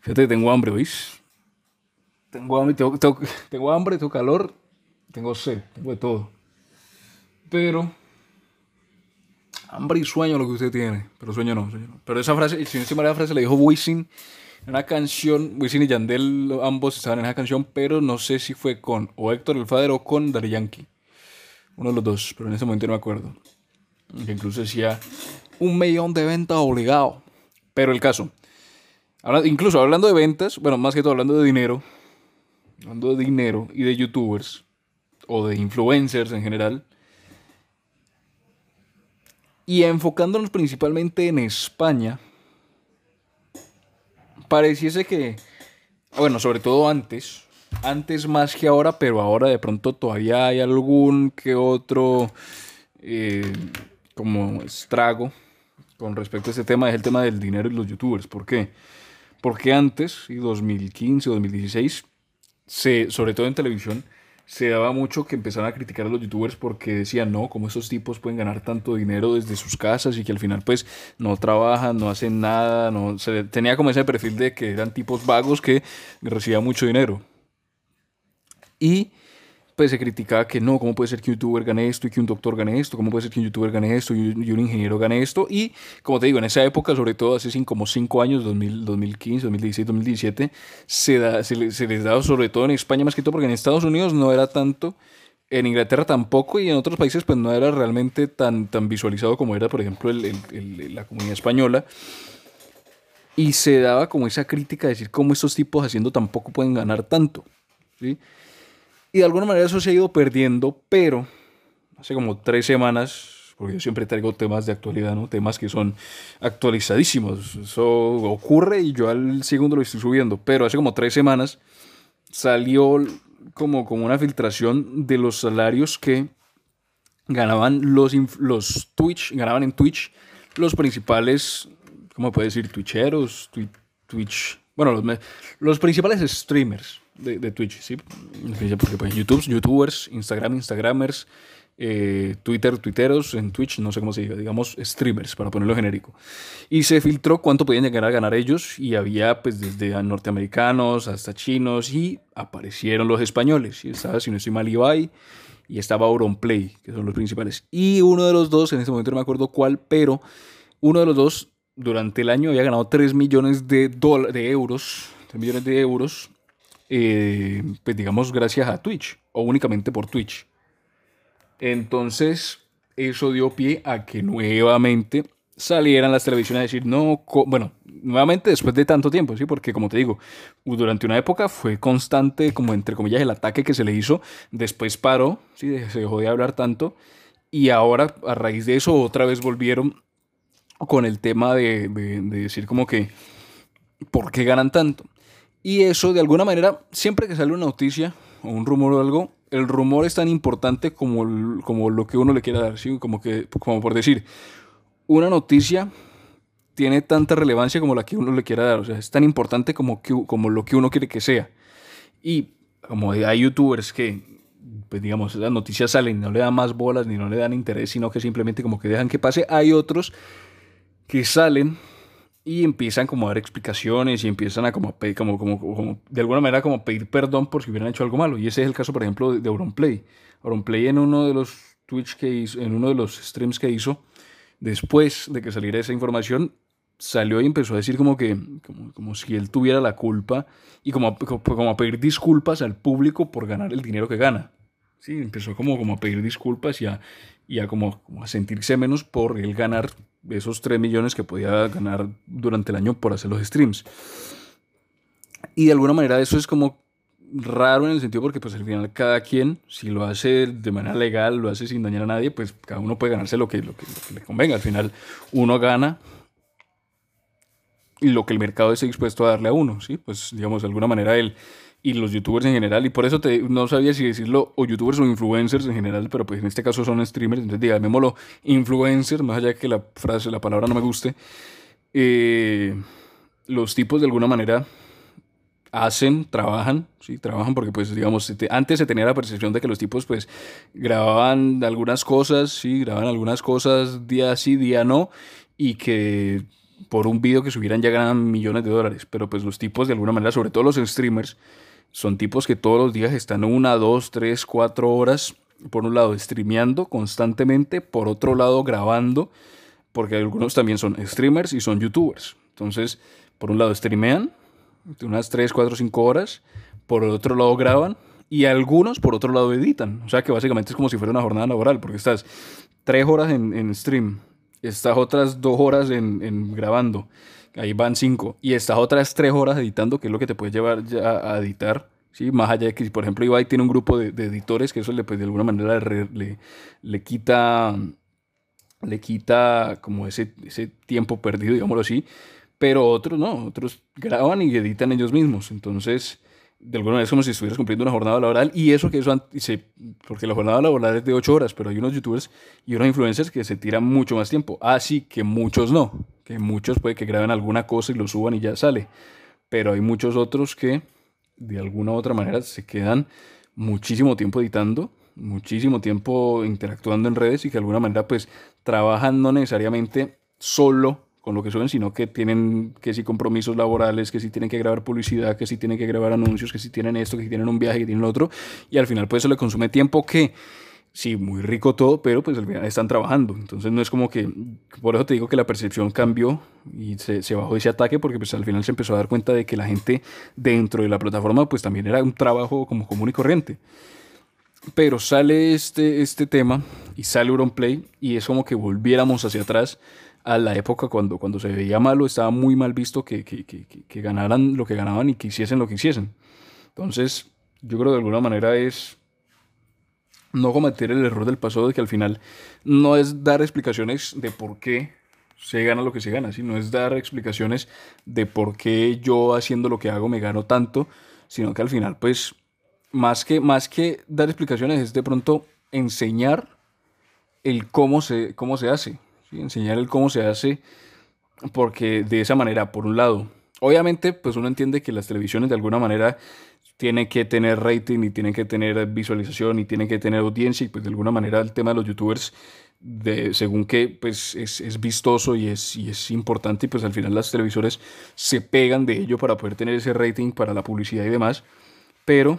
Fíjate, tengo hambre, ¿veis? Tengo hambre, tengo hambre, tengo calor, tengo sed, tengo de todo. Pero hambre y sueño lo que usted tiene. Pero sueño no, sueño no. Pero esa frase, si no estoy mal, la frase la dijo Wisin en una canción. Wisin y Yandel ambos estaban en esa canción, pero no sé si fue con o Héctor el Father o con Daddy Yankee. Uno de los dos, pero en ese momento no me acuerdo. Que incluso decía 1 millón de ventas obligado. Pero el caso, incluso hablando de ventas, bueno, más que todo hablando de dinero y de youtubers o de influencers en general, y enfocándonos principalmente en España, pareciese que, bueno, sobre todo antes más que ahora, pero ahora de pronto todavía hay algún que otro eh, como estrago con respecto a este tema, es el tema del dinero y los youtubers. ¿Por qué? Porque antes, y 2015, 2016, sobre todo en televisión, se daba mucho que empezaran a criticar a los youtubers porque decían, no, como esos tipos pueden ganar tanto dinero desde sus casas y que al final pues no trabajan, no hacen nada, no, tenía como ese perfil de que eran tipos vagos que recibían mucho dinero. Y pues se criticaba que no, ¿cómo puede ser que un youtuber gane esto y que un doctor gane esto? ¿Cómo puede ser que un youtuber gane esto y un ingeniero gane esto? Y como te digo, en esa época, sobre todo hace como 5 años, 2000, 2015, 2016, 2017, se les daba sobre todo en España más que todo, porque en Estados Unidos no era tanto, en Inglaterra tampoco y en otros países pues no era realmente tan visualizado como era, por ejemplo, la comunidad española. Y se daba como esa crítica de decir cómo estos tipos haciendo tampoco pueden ganar tanto. ¿Sí? Y de alguna manera eso se ha ido perdiendo, pero hace como 3 semanas, porque yo siempre traigo temas de actualidad, ¿no? Temas que son actualizadísimos. Eso ocurre y yo al segundo lo estoy subiendo, pero hace como 3 semanas salió como una filtración de los salarios que ganaban los Twitch, ganaban en Twitch los principales, ¿cómo puede decir? Twitcheros, Twitch, bueno, los principales streamers de Twitch, ¿sí? Porque pues, YouTubers, Instagramers, Twitteros, en Twitch, no sé cómo se diga, digamos streamers, para ponerlo genérico. Y se filtró cuánto podían llegar a ganar ellos y había pues desde norteamericanos hasta chinos y aparecieron los españoles. Y estaba, si no estoy mal, Ibai y estaba Auronplay, que son los principales. Y uno de los dos, en este momento no me acuerdo cuál, pero uno de los dos durante el año había ganado 3 millones de euros, 3 millones de euros, pues digamos gracias a Twitch o únicamente por Twitch. Entonces, eso dio pie a que nuevamente salieran las televisiones a decir, no, bueno, nuevamente después de tanto tiempo, ¿sí? Porque como te digo, durante una época fue constante, como entre comillas, el ataque que se le hizo, después paró, ¿sí? Se dejó de hablar tanto, y ahora a raíz de eso otra vez volvieron con el tema de decir como que, ¿por qué ganan tanto? Y eso, de alguna manera, siempre que sale una noticia o un rumor o algo, el rumor es tan importante como lo que uno le quiera dar, ¿sí? Como por decir, una noticia tiene tanta relevancia como la que uno le quiera dar, o sea, es tan importante como lo que uno quiere que sea. Y como hay youtubers que, pues digamos, las noticias salen y no le dan más bolas ni no le dan interés, sino que simplemente como que dejan que pase, hay otros que salen y empiezan como a dar explicaciones y empiezan a como, como de alguna manera como pedir perdón por si hubieran hecho algo malo. Y ese es el caso, por ejemplo, de Auronplay. Auronplay en uno de los Twitch que hizo, en uno de los streams que hizo, después de que saliera esa información, salió y empezó a decir como si él tuviera la culpa y como a pedir disculpas al público por ganar el dinero que gana. Sí, empezó como a pedir disculpas y a como a sentirse menos por él ganar esos 3 millones que podía ganar durante el año por hacer los streams. Y de alguna manera eso es como raro en el sentido porque pues al final cada quien, si lo hace de manera legal, lo hace sin dañar a nadie, pues cada uno puede ganarse lo que le convenga. Al final uno gana lo que el mercado esté dispuesto a darle a uno, ¿sí? Pues digamos de alguna manera él y los youtubers en general, y por eso no sabía si decirlo o youtubers o influencers en general, pero pues en este caso son streamers, entonces digámoslo influencers, más allá de que la frase, la palabra no me guste, eh, los tipos de alguna manera trabajan, ¿sí? Trabajan porque pues digamos, antes se tenía la percepción de que los tipos pues grababan algunas cosas, sí, grababan algunas cosas día sí, día no, y que por un video que subieran ya ganan millones de dólares. Pero pues los tipos de alguna manera, sobre todo los streamers, son tipos que todos los días están 1, 2, 3, 4 horas, por un lado streameando constantemente, por otro lado grabando, porque algunos también son streamers y son youtubers. Entonces, por un lado streamean de unas 3, 4, 5 horas, por otro lado graban y algunos por otro lado editan. O sea que básicamente es como si fuera una jornada laboral, porque estás 3 horas en stream, estás otras 2 horas en grabando, ahí van 5, y estás otras 3 horas editando, que es lo que te puede llevar ya a editar. Sí, más allá de que, por ejemplo, Ibai tiene un grupo de editores que eso le, pues, de alguna manera le quita, le quita como ese tiempo perdido, digámoslo así, pero otros no, otros graban y editan ellos mismos. Entonces, de alguna manera es como si estuvieras cumpliendo una jornada laboral y eso que eso, porque la jornada laboral es de 8 horas, pero hay unos youtubers y unos influencers que se tiran mucho más tiempo. Así que muchos no, que muchos puede que graben alguna cosa y lo suban y ya sale, pero hay muchos otros que de alguna u otra manera se quedan muchísimo tiempo editando, muchísimo tiempo interactuando en redes y que de alguna manera pues trabajan no necesariamente solo con lo que suben, sino que tienen que si compromisos laborales, que si tienen que grabar publicidad, que si tienen que grabar anuncios, que si tienen esto, que si tienen un viaje, que tienen lo otro, y al final pues eso le consume tiempo que sí, muy rico todo, pero pues al final están trabajando. Entonces no es como que, por eso te digo que la percepción cambió y se bajó ese ataque porque pues al final se empezó a dar cuenta de que la gente dentro de la plataforma pues también era un trabajo como común y corriente. Pero sale este tema y sale Auronplay y es como que volviéramos hacia atrás a la época cuando se veía malo, estaba muy mal visto que ganaran lo que ganaban y que hiciesen lo que hiciesen. Entonces, yo creo que de alguna manera es no cometer el error del pasado de que al final no es dar explicaciones de por qué se gana lo que se gana, sino es dar explicaciones de por qué yo haciendo lo que hago me gano tanto, sino que al final pues más que dar explicaciones es de pronto enseñar el cómo se hace, ¿sí? Enseñar el cómo se hace porque de esa manera, por un lado, obviamente, pues uno entiende que las televisiones de alguna manera tienen que tener rating y tienen que tener visualización y tienen que tener audiencia y pues de alguna manera el tema de los youtubers, según que pues es vistoso y es importante y pues al final las televisores se pegan de ello para poder tener ese rating para la publicidad y demás, pero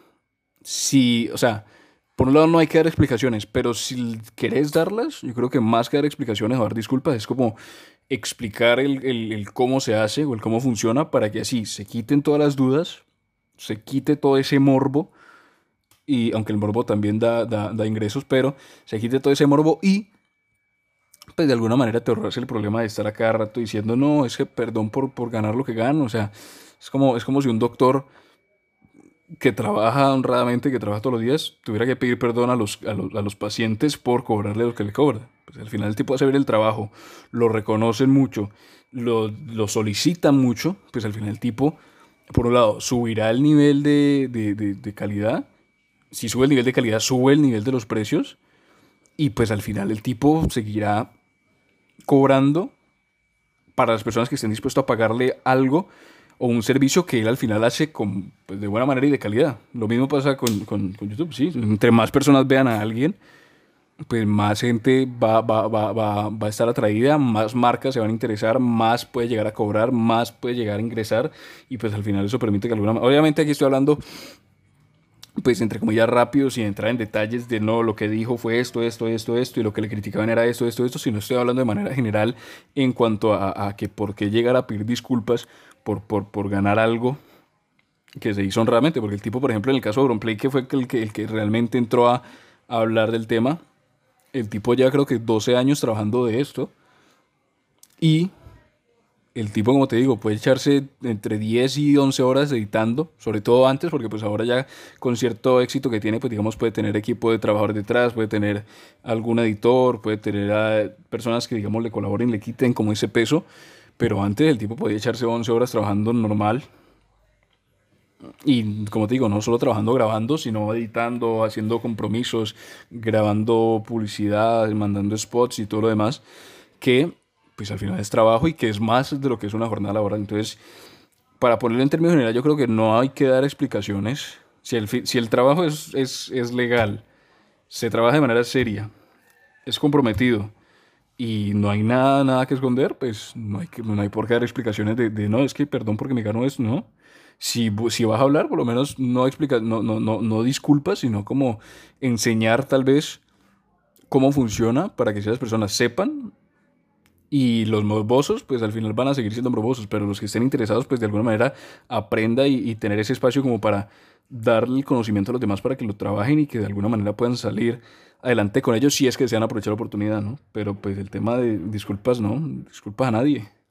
si, o sea, por un lado no hay que dar explicaciones, pero si querés darlas, yo creo que más que dar explicaciones o dar disculpas, es como explicar el cómo se hace o el cómo funciona para que así se quiten todas las dudas, se quite todo ese morbo, y aunque el morbo también da ingresos, pero se quite todo ese morbo y pues de alguna manera te ahorras el problema de estar a cada rato diciendo, no, es que perdón por ganar lo que gano, o sea, es como si un doctor que trabaja honradamente, que trabaja todos los días, tuviera que pedir perdón a los pacientes por cobrarle lo que le cobra. Pues al final el tipo hace bien el trabajo, lo reconocen mucho, lo solicitan mucho, pues al final el tipo, por un lado, subirá el nivel de calidad. Si sube el nivel de calidad, sube el nivel de los precios. Y pues al final el tipo seguirá cobrando para las personas que estén dispuestas a pagarle algo o un servicio que él al final hace pues, de buena manera y de calidad. Lo mismo pasa con YouTube, ¿sí? Entre más personas vean a alguien, pues más gente va a estar atraída, más marcas se van a interesar, más puede llegar a cobrar, más puede llegar a ingresar y pues al final eso permite que alguna... Obviamente aquí estoy hablando pues entre comillas rápido, sin entrar en detalles de no, lo que dijo fue esto, y lo que le criticaban era esto, sino estoy hablando de manera general en cuanto a que por qué llegar a pedir disculpas por ganar algo que se hizo honradamente, porque el tipo, por ejemplo, en el caso de Auronplay, que fue el que realmente entró a hablar del tema, el tipo ya creo que 12 años trabajando de esto, y el tipo, como te digo, puede echarse entre 10 y 11 horas editando, sobre todo antes, porque pues ahora ya con cierto éxito que tiene, pues digamos puede tener equipo de trabajadores detrás, puede tener algún editor, puede tener a personas que digamos le colaboren, le quiten como ese peso, pero antes el tipo podía echarse 11 horas trabajando normal y como te digo, no solo trabajando grabando, sino editando, haciendo compromisos, grabando publicidad, mandando spots y todo lo demás, que pues al final es trabajo y que es más de lo que es una jornada laboral. Entonces, para ponerlo en términos generales, yo creo que no hay que dar explicaciones. Si el trabajo es legal, se trabaja de manera seria, es comprometido y no hay nada que esconder, pues no hay por qué dar explicaciones no, es que perdón porque me gano esto, no. Si vas a hablar, por lo menos no explica, no disculpas, sino como enseñar tal vez cómo funciona para que esas personas sepan y los morbosos, pues al final van a seguir siendo morbosos, pero los que estén interesados, pues de alguna manera aprenda y tener ese espacio como para darle el conocimiento a los demás para que lo trabajen y que de alguna manera puedan salir adelante con ellos si es que desean aprovechar la oportunidad, ¿no? Pero pues el tema de disculpas, no, disculpas a nadie.